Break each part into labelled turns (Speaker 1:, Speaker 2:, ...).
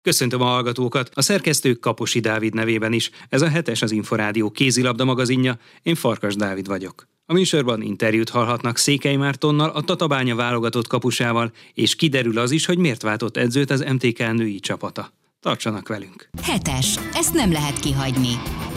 Speaker 1: Köszöntöm a hallgatókat, a szerkesztő Kaposi Dávid nevében is. Ez a Hetes az Inforádió kézilabda magazinja, én Farkas Dávid vagyok. A műsorban interjút hallhatnak Székely Mártonnal, a Tatabánya válogatott kapusával, és kiderül az is, hogy miért váltott edzőt az MTK női csapata. Tartsanak velünk!
Speaker 2: Hetes, ezt nem lehet kihagyni.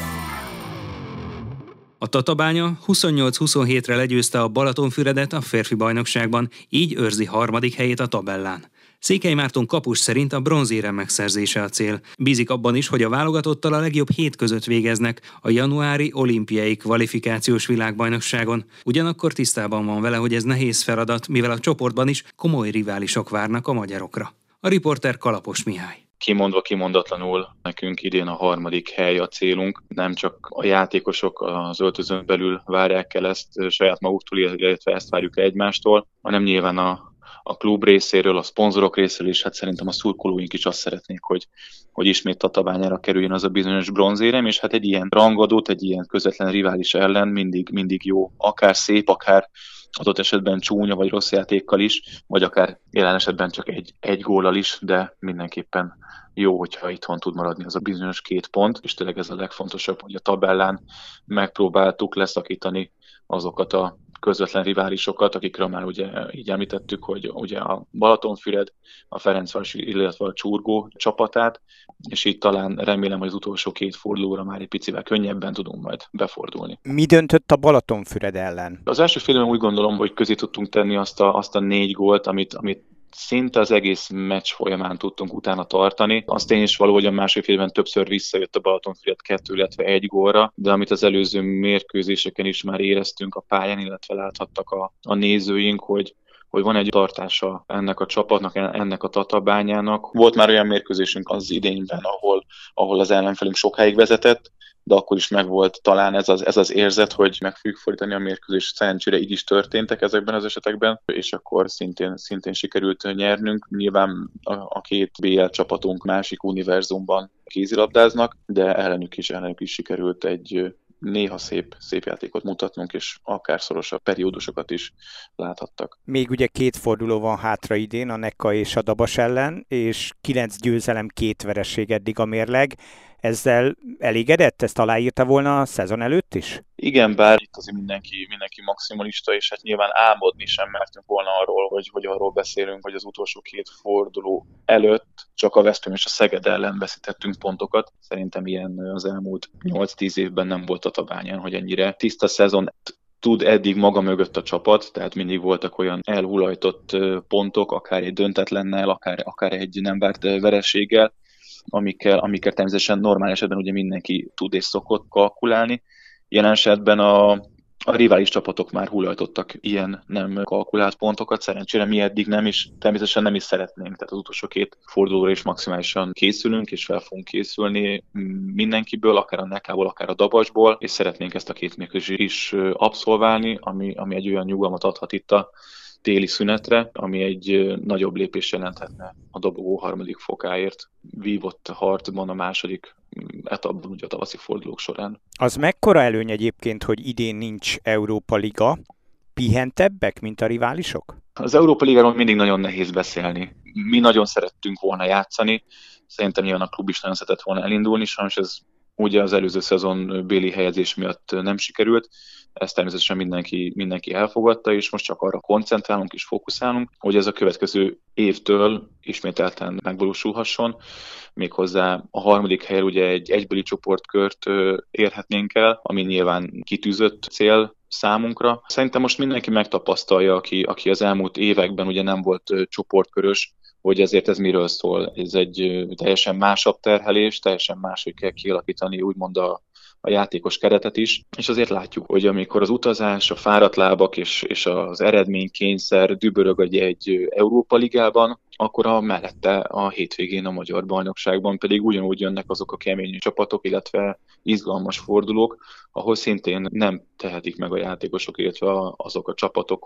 Speaker 1: A Tatabánya 28-27-re legyőzte a Balatonfüredet a férfi bajnokságban, így őrzi harmadik helyét a tabellán. Székely Márton kapus szerint a bronzérem megszerzése a cél. Bízik abban is, hogy a válogatottal a legjobb 7 között végeznek a januári olimpiai kvalifikációs világbajnokságon. Ugyanakkor tisztában van vele, hogy ez nehéz feladat, mivel a csoportban is komoly riválisok várnak a magyarokra. A riporter Kalapos Mihály.
Speaker 3: Kimondva kimondatlanul nekünk idén a harmadik hely a célunk. Nem csak a játékosok az öltözön belül várják el ezt saját maguktól, illetve ezt várjuk egymástól, hanem nyilván a klub részéről, a szponzorok részéről is, hát szerintem a szurkolóink is azt szeretnék, hogy ismét Tatabányára kerüljön az a bizonyos bronzérem, és hát egy ilyen rangadót, egy ilyen közvetlen rivális ellen mindig jó, akár szép, akár adott esetben csúnya vagy rossz játékkal is, vagy akár jelen esetben csak egy góllal is, de mindenképpen jó, hogyha itthon tud maradni az a bizonyos 2 pont, és tényleg ez a legfontosabb, hogy a tabellán megpróbáltuk leszakítani azokat a közvetlen riválisokat, akikről már ugye így említettük, hogy ugye a Balatonfüred, a Ferencváros, illetve a Csurgó csapatát, és így talán remélem, hogy az utolsó 2 fordulóra már egy picivel könnyebben tudunk majd befordulni.
Speaker 4: Mi döntött a Balatonfüred ellen?
Speaker 3: Az első félben úgy gondolom, hogy közé tudtunk tenni azt a 4 gólt, amit szinte az egész meccs folyamán tudtunk utána tartani. Az tény is való, hogy a második félben többször visszajött a Balatonfüred 2, illetve 1 gólra, de amit az előző mérkőzéseken is már éreztünk a pályán, illetve láthattak a nézőink, hogy van egy tartása ennek a csapatnak, ennek a Tatabányának. Volt már olyan mérkőzésünk az idényben, ahol az ellenfelünk sokáig vezetett, de akkor is megvolt talán ez az érzet, hogy meg fogjuk fordítani a mérkőzést. Szerencsére így is történtek ezekben az esetekben, és akkor szintén sikerült nyernünk. Nyilván a 2 BL csapatunk másik univerzumban kézilabdáznak, de ellenük is sikerült egy néha szép játékot mutatnunk, és akár szorosabb periódusokat is láthattak.
Speaker 4: Még ugye 2 forduló van hátra idén, a Neka és a Dabas ellen, és 9 győzelem, 2 vereség eddig a mérleg. Ezzel elégedett? Ezt aláírta volna a szezon előtt is?
Speaker 3: Igen, bár itt azért mindenki maximalista, és hát nyilván álmodni sem mertünk volna arról, hogy arról beszélünk, hogy az utolsó 2 forduló előtt csak a Veszprém és a Szeged ellen veszítettünk pontokat. Szerintem ilyen az elmúlt 8-10 évben nem volt a Tatabányán, hogy ennyire tiszta szezon tud eddig maga mögött a csapat, tehát mindig voltak olyan elhulajtott pontok, akár egy döntetlennel, akár egy nem várt vereséggel, amikkel természetesen normál esetben ugye mindenki tud és szokott kalkulálni. Jelen esetben a rivális csapatok már hullajtottak ilyen nem kalkulált pontokat, szerencsére mi eddig nem is, természetesen nem is szeretnénk, tehát az utolsó 2 fordulóra is maximálisan készülünk, és fel fogunk készülni mindenkiből, akár a Nekából, akár a Dabasból, és szeretnénk ezt a 2 mérkőzést is abszolválni, ami egy olyan nyugalmat adhat itt a téli szünetre, ami egy nagyobb lépés jelenthetne a dobogó harmadik fokáért vívott harcban a második etapban, ugye a tavaszi fordulók során.
Speaker 4: Az mekkora előny egyébként, hogy idén nincs Európa Liga? Pihentebbek, mint a riválisok?
Speaker 3: Az Európa Ligáról mindig nagyon nehéz beszélni. Mi nagyon szerettünk volna játszani, szerintem nyilván a klub is nagyon szeretett volna elindulni, sajnos ez ugye az előző szezon béli helyezés miatt nem sikerült, ezt természetesen mindenki elfogadta, és most csak arra koncentrálunk és fókuszálunk, hogy ez a következő évtől ismételten megvalósulhasson. Méghozzá a harmadik helyre ugye egy egybeli csoportkört érhetnénk el, ami nyilván kitűzött cél számunkra. Szerintem most mindenki megtapasztalja, aki az elmúlt években ugye nem volt csoportkörös, hogy ezért ez miről szól. Ez egy teljesen másabb terhelés, teljesen máshogy kell kialakítani úgymond a játékos keretet is, és azért látjuk, hogy amikor az utazás, a fáradt lábak és az eredménykényszer dübörög egy Európa Ligában, akkor mellette a hétvégén a magyar bajnokságban pedig ugyanúgy jönnek azok a kemény csapatok, illetve izgalmas fordulók, ahol szintén nem tehetik meg a játékosok, illetve azok a csapatok, hogy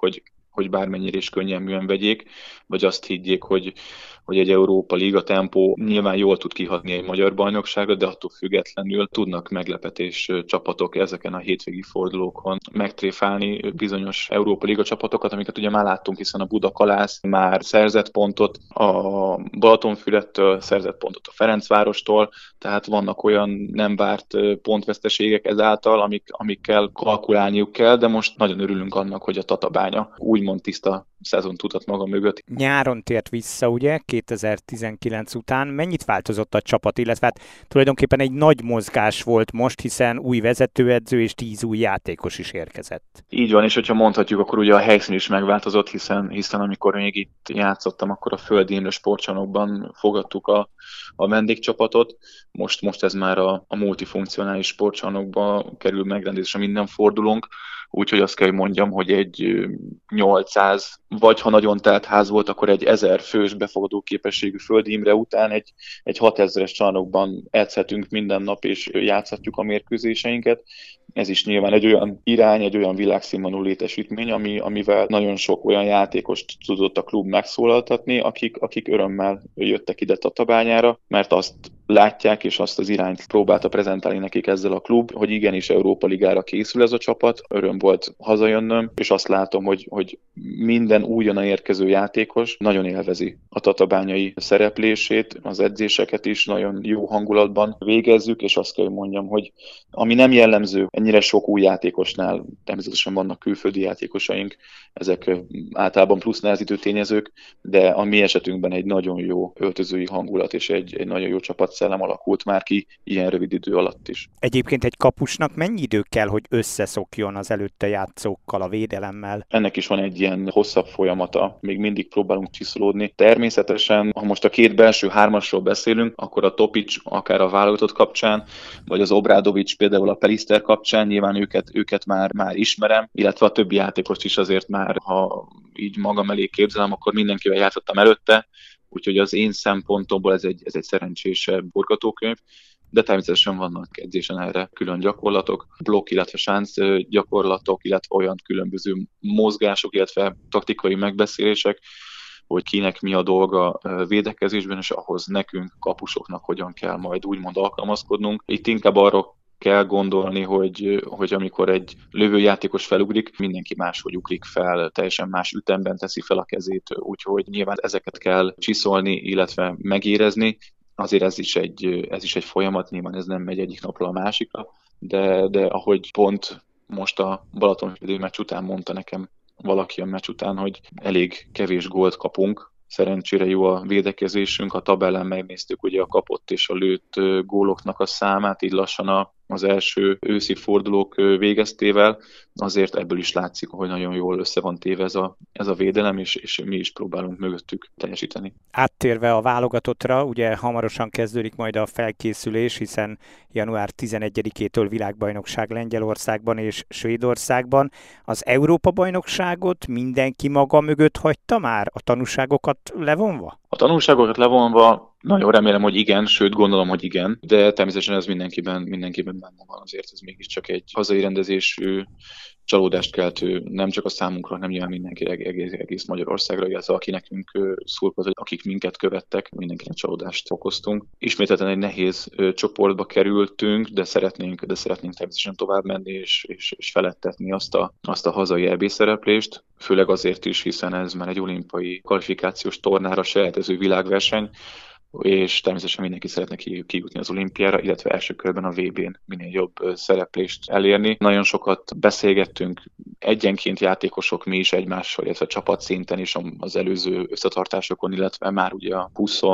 Speaker 3: hogy bármennyire is könnyelműen vegyék, vagy azt higgyék, hogy egy Európa Liga tempó nyilván jól tud kihatni egy magyar bajnokságra, de attól függetlenül tudnak meglepetés csapatok ezeken a hétvégi fordulókon megtréfálni bizonyos Európa Liga csapatokat, amiket ugye már láttunk, hiszen a Budakalász már szerzett pontot a Balatonfürettől, szerzett pontot a Ferencvárostól, tehát vannak olyan nem várt pontveszteségek ezáltal, amikkel kalkulálniuk kell, de most nagyon örülünk annak, hogy a Tatabánya úgymond tiszta szezon tudat maga mögött.
Speaker 4: Nyáron tért vissza, ugye, 2019 után. Mennyit változott a csapat, illetve hát tulajdonképpen egy nagy mozgás volt most, hiszen új vezetőedző és 10 új játékos is érkezett.
Speaker 3: Így van, és hogyha mondhatjuk, akkor ugye a helyszín is megváltozott, hiszen amikor még itt játszottam, akkor a Földi Imre sportcsarnokban fogadtuk a vendégcsapatot. Most ez már a multifunkcionális sportcsarnokba kerül megrendezésre minden fordulónk, úgyhogy azt kell, hogy mondjam, hogy egy 800, vagy ha nagyon telt ház volt, akkor egy 1000 fős befogadó képességű Földi Imre után egy 6000-es csarnokban edzhetünk minden nap, és játszhatjuk a mérkőzéseinket. Ez is nyilván egy olyan irány, egy olyan világszínvonalú létesítmény, amivel nagyon sok olyan játékost tudott a klub megszólaltatni, akik örömmel jöttek ide Tatabányára, mert azt látják, és azt az irányt próbálta prezentálni nekik ezzel a klub, hogy igenis Európa Ligára készül ez a csapat. Öröm volt hazajönnöm, és azt látom, hogy minden újonnan érkező játékos nagyon élvezi a tatabányai szereplését, az edzéseket is nagyon jó hangulatban végezzük, és azt kell, hogy mondjam, hogy ami nem jellemző ennyire sok új játékosnál, természetesen vannak külföldi játékosaink, ezek általában plusz nehezítő tényezők, de a mi esetünkben egy nagyon jó öltözői hangulat és egy nagyon jó csapatszellem alakult már ki ilyen rövid idő alatt is.
Speaker 4: Egyébként egy kapusnak mennyi idő kell, hogy összeszokjon az előtte játszókkal, a védelemmel?
Speaker 3: Ennek is van egy ilyen hosszabb folyamata, még mindig próbálunk csiszolódni. Természetesen, ha most a két belső hármasról beszélünk, akkor a Topic akár a válogatott kapcsán, vagy az Obradovics például a Pelister kapcsán, nyilván őket már ismerem, illetve a többi játékost is azért már, ha így magam elé képzelem, akkor mindenkivel játszottam előtte, úgyhogy az én szempontomból ez egy szerencsésebb forgatókönyv, de természetesen vannak edzésen erre külön gyakorlatok, blokk, illetve sánc gyakorlatok, illetve olyan különböző mozgások, illetve taktikai megbeszélések, hogy kinek mi a dolga védekezésben, és ahhoz nekünk, kapusoknak hogyan kell majd úgymond alkalmazkodnunk. Itt inkább arra kell gondolni, hogy amikor egy lövőjátékos felugrik, mindenki máshogy ugrik fel, teljesen más ütemben teszi fel a kezét, úgyhogy nyilván ezeket kell csiszolni, illetve megérezni. Azért ez is egy folyamat, nyilván ez nem megy egyik napról a másikra, de ahogy pont most a Balatonfürdő meccs után mondta nekem valaki a meccs után, hogy elég kevés gólt kapunk, szerencsére jó a védekezésünk, a tabellán megnéztük ugye a kapott és a lőtt góloknak a számát, így lassan az első őszi fordulók végeztével, azért ebből is látszik, hogy nagyon jól össze van téve ez a védelem, és mi is próbálunk mögöttük teljesíteni.
Speaker 4: Áttérve a válogatottra, ugye hamarosan kezdődik majd a felkészülés, hiszen január 11-től világbajnokság Lengyelországban és Svédországban. Az Európa-bajnokságot mindenki maga mögött hagyta már, a tanúságokat levonva?
Speaker 3: A tanulságokat levonva nagyon remélem, hogy igen, sőt gondolom, hogy igen, de természetesen ez mindenkiben benne van, azért ez mégiscsak egy hazai rendezésű, csalódást keltő, nem csak a számunkra, hanem nyilván mindenkire, egész Magyarországra, illetve aki nekünk szurkolt, akik minket követtek, mindenkinek csalódást okoztunk. Ismételten egy nehéz csoportba kerültünk, de szeretnénk természetesen tovább menni és felettetni azt a hazai EB szereplést, főleg azért is, hiszen ez már egy olimpiai kvalifikációs tornára sejtező világverseny, és természetesen mindenki szeretne kijutni az olimpiára, illetve első körben a VB-n minél jobb szereplést elérni. Nagyon sokat beszélgettünk egyenként játékosok mi is egymással, illetve csapatszinten is az előző összetartásokon, illetve már ugye a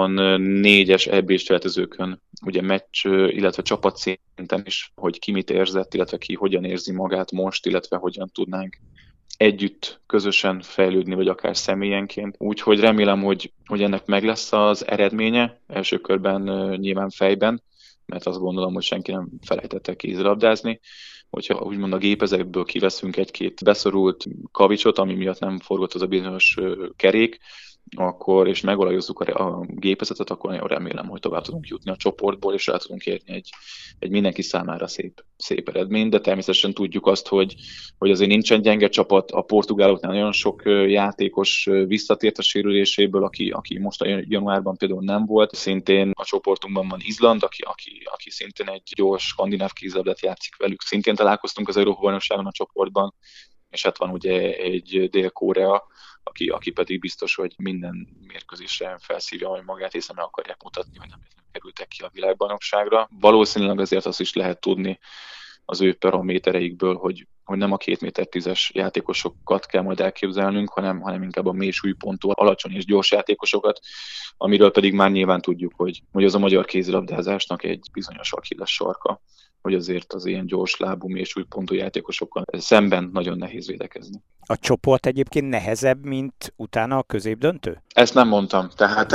Speaker 3: 24-es EB-s feltezőkön ugye meccs, illetve csapatszinten is, hogy ki mit érzett, illetve ki hogyan érzi magát most, illetve hogyan tudnánk együtt, közösen fejlődni, vagy akár személyenként. Úgyhogy remélem, hogy ennek meg lesz az eredménye, első körben nyilván fejben, mert azt gondolom, hogy senki nem felejtette kézilabdázni. Hogyha úgymond a gépezetből kiveszünk egy-két beszorult kavicsot, ami miatt nem forgott az a bizonyos kerék, és megolajozzuk a gépezetet, akkor nagyon remélem, hogy tovább tudunk jutni a csoportból, és el tudunk érni egy mindenki számára szép eredményt, de természetesen tudjuk azt, hogy azért nincsen gyenge csapat, a portugáloknál nagyon sok játékos visszatért a sérüléséből, aki most a januárban például nem volt. Szintén a csoportunkban van Izland, aki szintén egy gyors skandináv kézilabdát játszik velük. Szintén találkoztunk az Európa-bajnokságon a csoportban, és hát van ugye egy Dél-Korea, aki pedig biztos, hogy minden mérkőzésre felszívja majd magát, hiszen meg akarják mutatni, hogy nem kerültek ki a világbajnokságra. Valószínűleg azért azt is lehet tudni az ő paramétereikből, hogy nem a 2 méter 10-es játékosokat kell majd elképzelnünk, hanem inkább a mély súlypontú, alacsony és gyors játékosokat, amiről pedig már nyilván tudjuk, hogy az a magyar kézilabdázásnak egy bizonyos Achilles sarka, hogy azért az ilyen gyors lábú, mély súlypontú játékosokkal szemben nagyon nehéz védekezni.
Speaker 4: A csoport egyébként nehezebb, mint utána a középdöntő?
Speaker 3: Ezt nem mondtam, tehát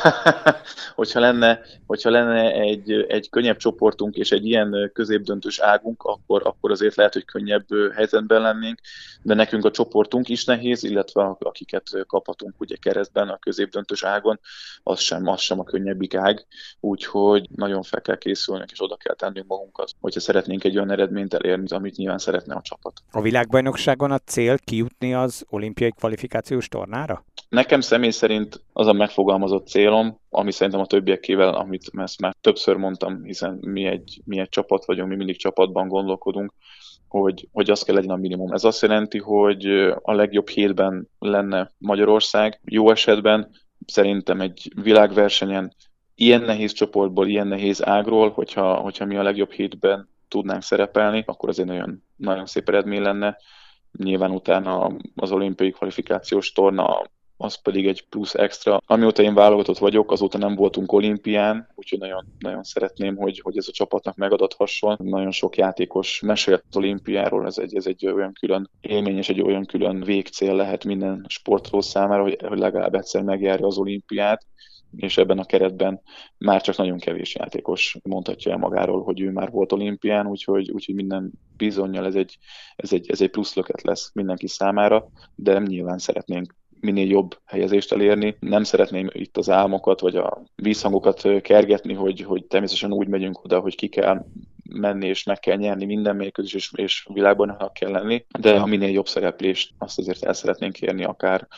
Speaker 3: hogyha lenne egy könnyebb csoportunk és egy ilyen középdöntős águnk, akkor azért lehet, hogy könnyebb helyzetben lennénk, de nekünk a csoportunk is nehéz, illetve akiket kaphatunk ugye keresztben a középdöntős ágon, az sem a könnyebbik ág, úgyhogy nagyon fel kell készülnünk és oda kell tennünk magunkat, hogyha szeretnénk egy olyan eredményt elérni, amit nyilván szeretne a csapat.
Speaker 4: A világbajnokságon a cél kijutni az olimpiai kvalifikációs tornára?
Speaker 3: Nekem személy szerint az a megfogalmazott célom, ami szerintem a többiekével, amit ezt már többször mondtam, hiszen mi egy csapat vagyunk, mi mindig csapatban gondolkodunk, hogy az kell legyen a minimum. Ez azt jelenti, hogy a legjobb 7-ben lenne Magyarország. Jó esetben szerintem egy világversenyen ilyen nehéz csoportból, ilyen nehéz ágról, hogyha mi a legjobb 7-ben tudnánk szerepelni, akkor az egy nagyon, nagyon szép eredmény lenne. Nyilván utána az olimpiai kvalifikációs torna az pedig egy plusz extra. Amióta én válogatott vagyok, azóta nem voltunk olimpián, úgyhogy nagyon, nagyon szeretném, hogy ez a csapatnak megadathasson. Nagyon sok játékos mesélt az olimpiáról, ez egy olyan külön élmény és egy olyan külön végcél lehet minden sportoló számára, hogy legalább egyszer megjárja az olimpiát, és ebben a keretben már csak nagyon kevés játékos mondhatja el magáról, hogy ő már volt olimpián, úgyhogy minden bizonnyal ez egy plusz löket lesz mindenki számára, de nyilván szeretnénk minél jobb helyezést elérni. Nem szeretném itt az álmokat, vagy a vízhangokat kergetni, hogy természetesen úgy megyünk oda, hogy ki kell menni, és meg kell nyerni minden mérkőzés, és világban kell lenni, de a minél jobb szereplést azt azért el szeretnénk érni,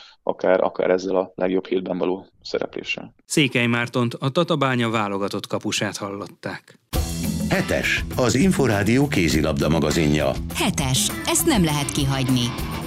Speaker 3: akár ezzel a legjobb 7-ben való szerepléssel.
Speaker 1: Székely Mártont, a Tatabánya válogatott kapusát hallották.
Speaker 5: 7-es, az Inforádió kézilabda magazinja.
Speaker 2: 7-es, ezt nem lehet kihagyni.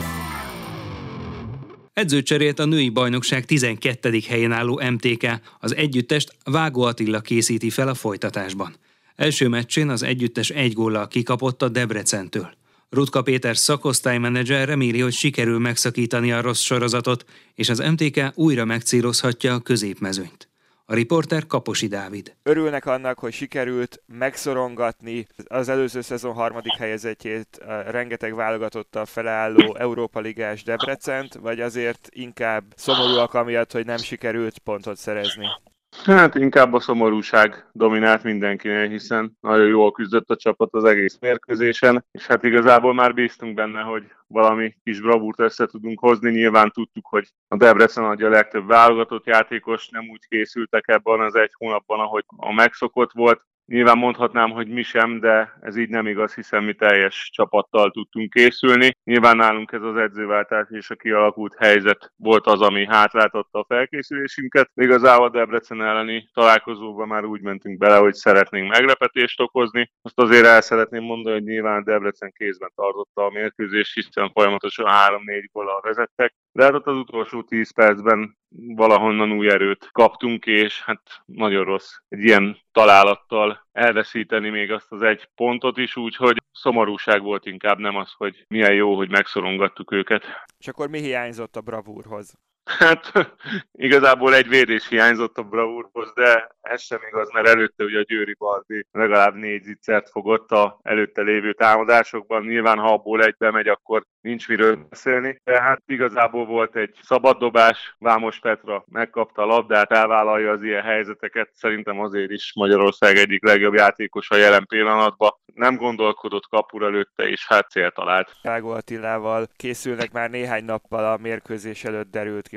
Speaker 1: Edzőcserét a női bajnokság 12. helyén álló MTK, az együttest Vágó Attila készíti fel a folytatásban. Első meccsén az együttes 1 góllal kikapott a Debrecentől. Rutka Péter szakosztálymenedzser reméli, hogy sikerül megszakítani a rossz sorozatot, és az MTK újra megcélozhatja a középmezőnyt. A riporter Kaposi Dávid.
Speaker 6: Örülnek annak, hogy sikerült megszorongatni az előző szezon 3. helyezettjét, rengeteg válogatottal felálló Európa Ligás Debrecent, vagy azért inkább szomorúak amiatt, hogy nem sikerült pontot szerezni?
Speaker 7: Hát inkább a szomorúság dominált mindenkinél, hiszen nagyon jól küzdött a csapat az egész mérkőzésen, és hát igazából már bíztunk benne, hogy valami kis bravúrt össze tudunk hozni. Nyilván tudtuk, hogy a Debrecen adja a legtöbb válogatott játékos, nem úgy készültek ebben az 1 hónapban, ahogy a megszokott volt. Nyilván mondhatnám, hogy mi sem, de ez így nem igaz, hiszen mi teljes csapattal tudtunk készülni. Nyilván nálunk ez az edzőváltás és a kialakult helyzet volt az, ami hátráltatta a felkészülésünket. Igazából a Debrecen elleni találkozóban már úgy mentünk bele, hogy szeretnénk meglepetést okozni. Azt azért el szeretném mondani, hogy nyilván a Debrecen kézben tartotta a mérkőzést, hiszen folyamatosan 3-4 góllal vezettek. De hát ott az utolsó 10 percben valahonnan új erőt kaptunk, és hát nagyon rossz egy ilyen találattal elveszíteni még azt az 1 pontot is, úgyhogy szomorúság volt inkább, nem az, hogy milyen jó, hogy megszorongattuk őket.
Speaker 6: És akkor mi hiányzott a bravúrhoz?
Speaker 7: Hát igazából egy védés hiányzott a bravúrhoz, de ez sem igaz, mert előtte ugye a Győri Barbi legalább 4 zicsert fogott a előtte lévő támadásokban. Nyilván, ha abból 1 bemegy, akkor nincs miről beszélni. De hát igazából volt egy szabaddobás, Vámos Petra megkapta a labdát, elvállalja az ilyen helyzeteket. Szerintem azért is Magyarország egyik legjobb játékosa jelen pillanatban. Nem gondolkodott kapura előtte, és hát célt talált.
Speaker 6: Vágó Attilával készülnek már néhány nappal, a mérkőzés előtt derült ki,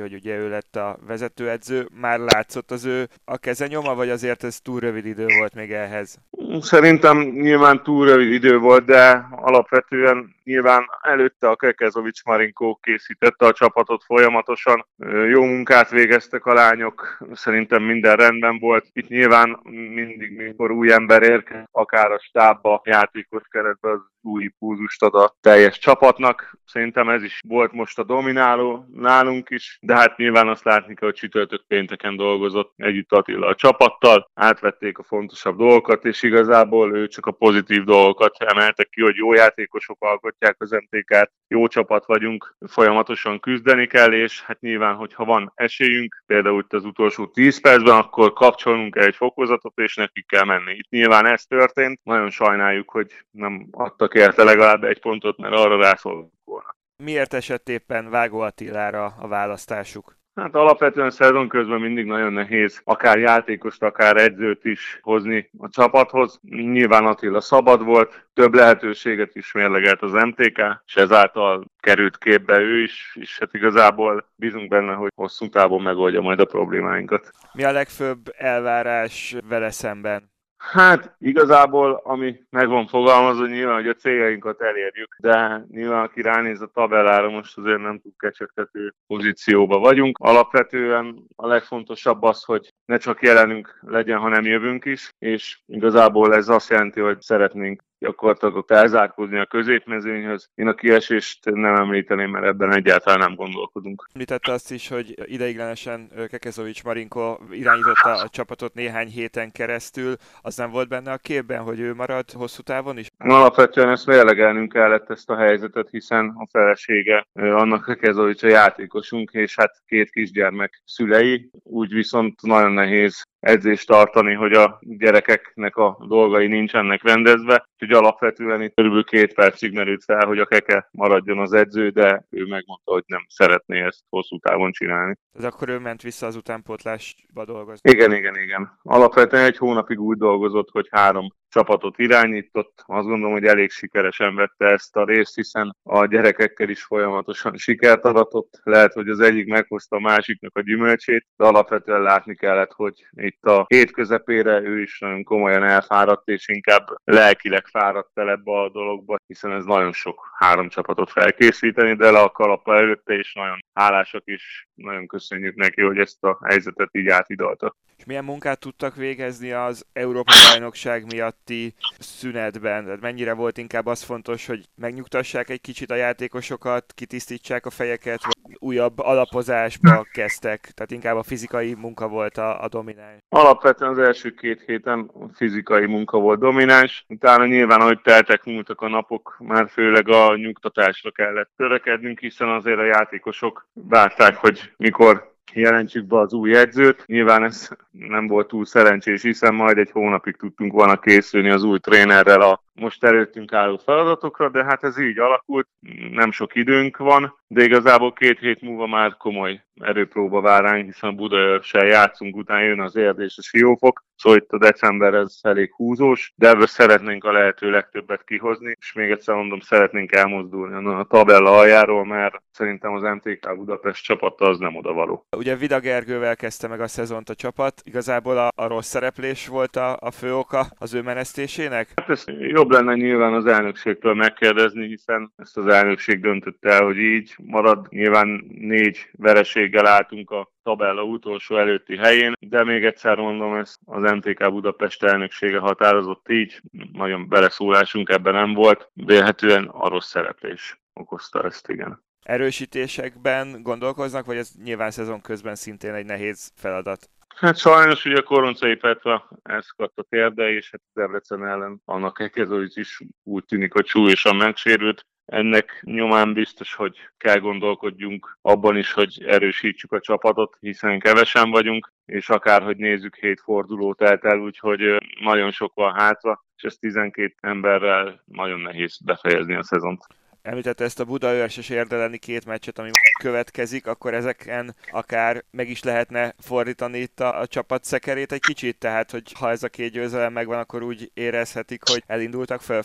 Speaker 6: hogy ugye ő lett a vezetőedző. Már látszott az ő a kezenyoma, vagy azért ez túl rövid idő volt még ehhez?
Speaker 7: Szerintem nyilván túl rövid idő volt, de alapvetően nyilván előtte a Kekezovics Marinkó készítette a csapatot folyamatosan. Jó munkát végeztek a lányok, szerintem minden rendben volt. Itt nyilván mindig, mikor új ember érkezik, akár a stábba, játékos keretbe, az új impulzust ad a teljes csapatnak. Szerintem ez is volt most a domináló nálunk is, de hát nyilván azt látni kell, hogy csütörtök pénteken dolgozott együtt Attila a csapattal, átvették a fontosabb dolgokat, és igazából ő csak a pozitív dolgokat emeltek ki, hogy jó játékosok alkotják az MTK-t, jó csapat vagyunk, folyamatosan küzdeni kell, és hát nyilván, hogyha van esélyünk, például itt az utolsó 10 percben, akkor kapcsolnunk kell egy fokozatot, és nekik kell menni. Itt nyilván ez történt, nagyon sajnáljuk, hogy nem adtak érte legalább egy pontot, mert arra rászólunk volna.
Speaker 6: Miért esett éppen Vágó Attilára a választásuk?
Speaker 7: Hát alapvetően szezon közben mindig nagyon nehéz akár játékost, akár edzőt is hozni a csapathoz. Nyilván Attila szabad volt, több lehetőséget is mérlegelt az MTK, és ezáltal került képbe ő is, és hát igazából bízunk benne, hogy hosszú távon megoldja majd a problémáinkat.
Speaker 6: Mi a legfőbb elvárás vele szemben?
Speaker 7: Hát igazából, ami meg van fogalmazva, nyilván, hogy a céljainkat elérjük, de nyilván, aki ránéz a tabellára, most azért nem túl kecsegtető pozícióba vagyunk. Alapvetően a legfontosabb az, hogy ne csak jelenünk legyen, hanem jövünk is, és igazából ez azt jelenti, hogy szeretnénk gyakorlatilag ott elzárkózni a középmezőnyhöz. Én a kiesést nem említeném, mert ebben egyáltalán nem gondolkodunk.
Speaker 6: Említette azt is, hogy ideiglenesen Kekezovics Marinkó irányította a csapatot néhány héten keresztül. Az nem volt benne a képben, hogy ő marad hosszú távon is?
Speaker 7: Alapvetően ezt mérlegelnünk kellett ezt a helyzetet, hiszen a felesége annak Kekezovics a játékosunk, és hát 2 kisgyermek szülei. Úgy viszont nagyon nehéz edzést tartani, hogy a gyerekeknek a dolgai nincsenek rendezve. Úgyhogy alapvetően itt körülbelül 2 percig merült fel, hogy a Keke maradjon az edző, de ő megmondta, hogy nem szeretné ezt hosszú távon csinálni.
Speaker 6: Ez akkor ő ment vissza az utánpótlásba dolgozni?
Speaker 7: Igen. Alapvetően 1 hónapig úgy dolgozott, hogy 3 csapatot irányított. Azt gondolom, hogy elég sikeresen vette ezt a részt, hiszen a gyerekekkel is folyamatosan sikert aratott. Lehet, hogy az egyik meghozta a másiknak a gyümölcsét, de alapvetően látni kellett, hogy itt a hét közepére ő is nagyon komolyan elfáradt, és inkább lelkileg fáradt el ebbe a dologba, hiszen ez nagyon sok 3 csapatot felkészíteni, de le a kalappa előtte, és nagyon hálásak is. Nagyon köszönjük neki, hogy ezt a helyzetet így átidalta.
Speaker 6: És milyen munkát tudtak végezni az Európa bajnokság miatti szünetben? Tehát mennyire volt inkább az fontos, hogy megnyugtassák egy kicsit a játékosokat, kitisztítsák a fejeket, vagy újabb alapozásba kezdtek? Tehát inkább a fizikai munka volt a domináns.
Speaker 7: Alapvetően az első 2 héten fizikai munka volt domináns. Utána nyilván, ahogy teltek múltak a napok, már főleg a nyugtatásra kellett törekednünk, hiszen azért a játékosok várták, hogy mikor jelentsük be az új edzőt. Nyilván ez nem volt túl szerencsés, hiszen majd 1 hónapig tudtunk volna készülni az új trénerrel a most előttünk álló feladatokra, de hát ez így alakult, nem sok időnk van, de igazából 2 hét múlva már komoly erőpróba vár ránk, hiszen a Budaörssel játszunk, utána jön az Erdély és a Siófok, szóval itt a december ez elég húzós, de ebből szeretnénk a lehető legtöbbet kihozni, és még egyszer mondom, szeretnénk elmozdulni a tabella aljáról, mert szerintem az MTK Budapest csapata az nem odavaló.
Speaker 6: Ugye Vida Gergővel kezdte meg a szezont a csapat, igazából a rossz szereplés volt a fő oka az ő menesztésének?
Speaker 7: Hát ez jobb lenne nyilván az elnökségtől megkérdezni, hiszen ezt az elnökség döntött el, hogy így marad. Nyilván 4 vereséggel álltunk a tabella utolsó előtti helyén, de még egyszer mondom, ez az MTK Budapest elnöksége határozott így, nagyon beleszólásunk ebben nem volt, vélhetően a rossz szereplés okozta ezt, igen.
Speaker 6: Erősítésekben gondolkoznak, vagy ez nyilván szezon közben szintén egy nehéz feladat?
Speaker 7: Hát sajnos ugye a Koroncai Petra elszakadt a térde, és hát Debrecen ellen annak Kekezovics is úgy tűnik, hogy súlyosan megsérült. Ennek nyomán biztos, hogy kell gondolkodjunk abban is, hogy erősítsük a csapatot, hiszen kevesen vagyunk, és akárhogy nézzük, 7 forduló telt el, úgyhogy nagyon sok van hátra, és ez 12 emberrel nagyon nehéz befejezni a szezont.
Speaker 6: Említette ezt a Budaörs és Érd elleni 2 meccset, ami következik, akkor ezeken akár meg is lehetne fordítani itt a csapat szekerét egy kicsit, tehát hogy ha ez a 2 győzelem megvan, akkor úgy érezhetik, hogy elindultak fölfelé?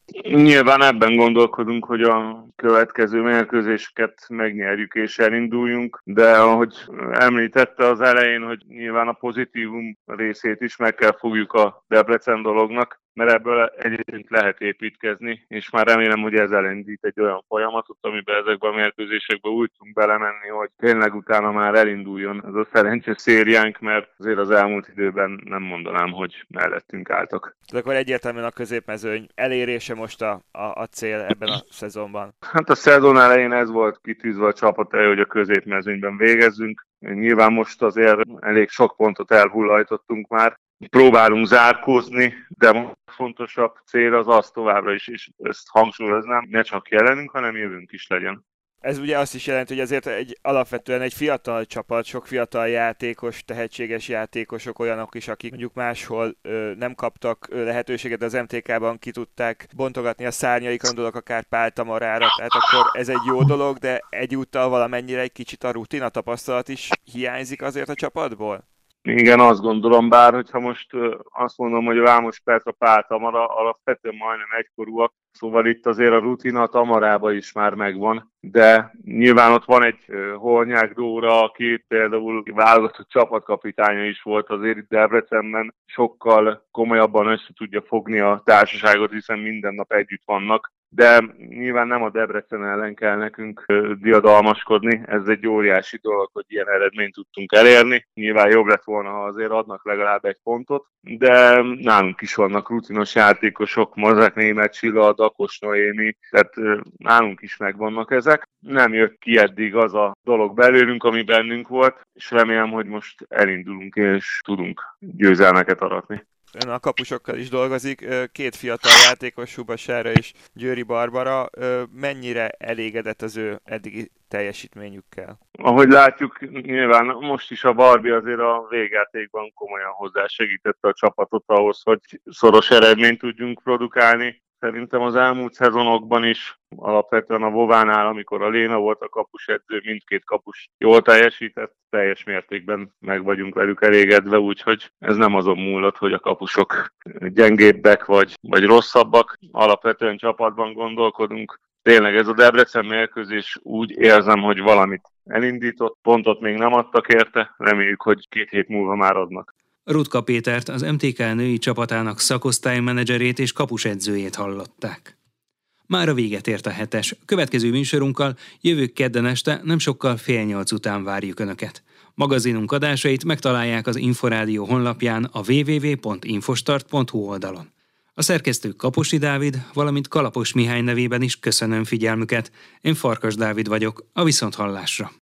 Speaker 7: Nyilván ebben gondolkodunk, hogy a következő mérkőzéseket megnyerjük és elinduljunk, de ahogy említette az elején, hogy nyilván a pozitívum részét is meg kell fogjuk a Debrecen dolognak, mert ebből egyébként lehet építkezni, és már remélem, hogy ez elindít egy olyan folyamatot, amiben ezekben a mérkőzésekben úgy tudunk belemenni, hogy tényleg utána már elinduljon ez a szerencsés szériánk, mert azért az elmúlt időben nem mondanám, hogy mellettünk álltak.
Speaker 6: De akkor egyértelműen a középmezőny elérése most a cél ebben a szezonban.
Speaker 7: Hát a szezon elején ez volt kitűzve a csapat elő, hogy a középmezőnyben végezzünk. Nyilván most azért elég sok pontot elhullajtottunk már. Próbálunk zárkózni, de a fontosabb cél az továbbra is, és ezt hangsúlyoznám, ne csak jelenünk, hanem jövünk is legyen.
Speaker 6: Ez ugye azt is jelenti, hogy azért alapvetően egy fiatal csapat, sok fiatal játékos, tehetséges játékosok, olyanok is, akik mondjuk máshol nem kaptak lehetőséget, de az MTK-ban ki tudták bontogatni a szárnyaik, gondolok akár Pál Tamarára, tehát akkor ez egy jó dolog, de egyúttal valamennyire egy kicsit a rutin, a tapasztalat is hiányzik azért a csapatból?
Speaker 7: Igen, azt gondolom, bár hogyha most azt mondom, hogy Vámos Petra, Pál Tamara alapvetően majdnem egykorúak, szóval itt azért a rutin a Tamarába is már megvan, de nyilván ott van egy Hornyák Dóra, aki például válogatott csapatkapitánya is volt azért itt Debrecenben, sokkal komolyabban össze tudja fogni a társaságot, hiszen minden nap együtt vannak. De nyilván nem a Debrecen ellen kell nekünk diadalmaskodni, ez egy óriási dolog, hogy ilyen eredményt tudtunk elérni. Nyilván jobb lett volna, ha azért adnak legalább egy pontot, de nálunk is vannak rutinos játékosok, Mazek Németh, Csilla, Dakos Noémi, tehát nálunk is megvannak ezek. Nem jött ki eddig az a dolog belőlünk, ami bennünk volt, és remélem, hogy most elindulunk és tudunk győzelmeket aratni.
Speaker 6: Ön a kapusokkal is dolgozik, két fiatal játékos, Suba Sára és Győri Barbara, mennyire elégedett az ő eddigi teljesítményükkel?
Speaker 7: Ahogy látjuk, nyilván most is a Barbie azért a végjátékban komolyan hozzásegítette a csapatot ahhoz, hogy szoros eredményt tudjunk produkálni. Szerintem az elmúlt szezonokban is, alapvetően a Vovánál, amikor a Léna volt a kapusedző, mindkét kapus jól teljesített, teljes mértékben meg vagyunk velük elégedve, úgyhogy ez nem azon múlott, hogy a kapusok gyengébbek vagy rosszabbak. Alapvetően csapatban gondolkodunk. Tényleg ez a Debrecen mérkőzés úgy érzem, hogy valamit elindított, pontot még nem adtak érte, reméljük, hogy 2 hét múlva már adnak.
Speaker 1: Rutka Pétert, az MTK női csapatának szakosztálymenedzserét és kapusedzőjét hallották. Mára véget ért a 7-es. Következő műsorunkkal jövő kedden este nem sokkal 7:30 után várjuk Önöket. Magazinunk adásait megtalálják az Inforádió honlapján a www.infostart.hu oldalon. A szerkesztő Kaposi Dávid, valamint Kalapos Mihály nevében is köszönöm figyelmüket. Én Farkas Dávid vagyok, a viszonthallásra.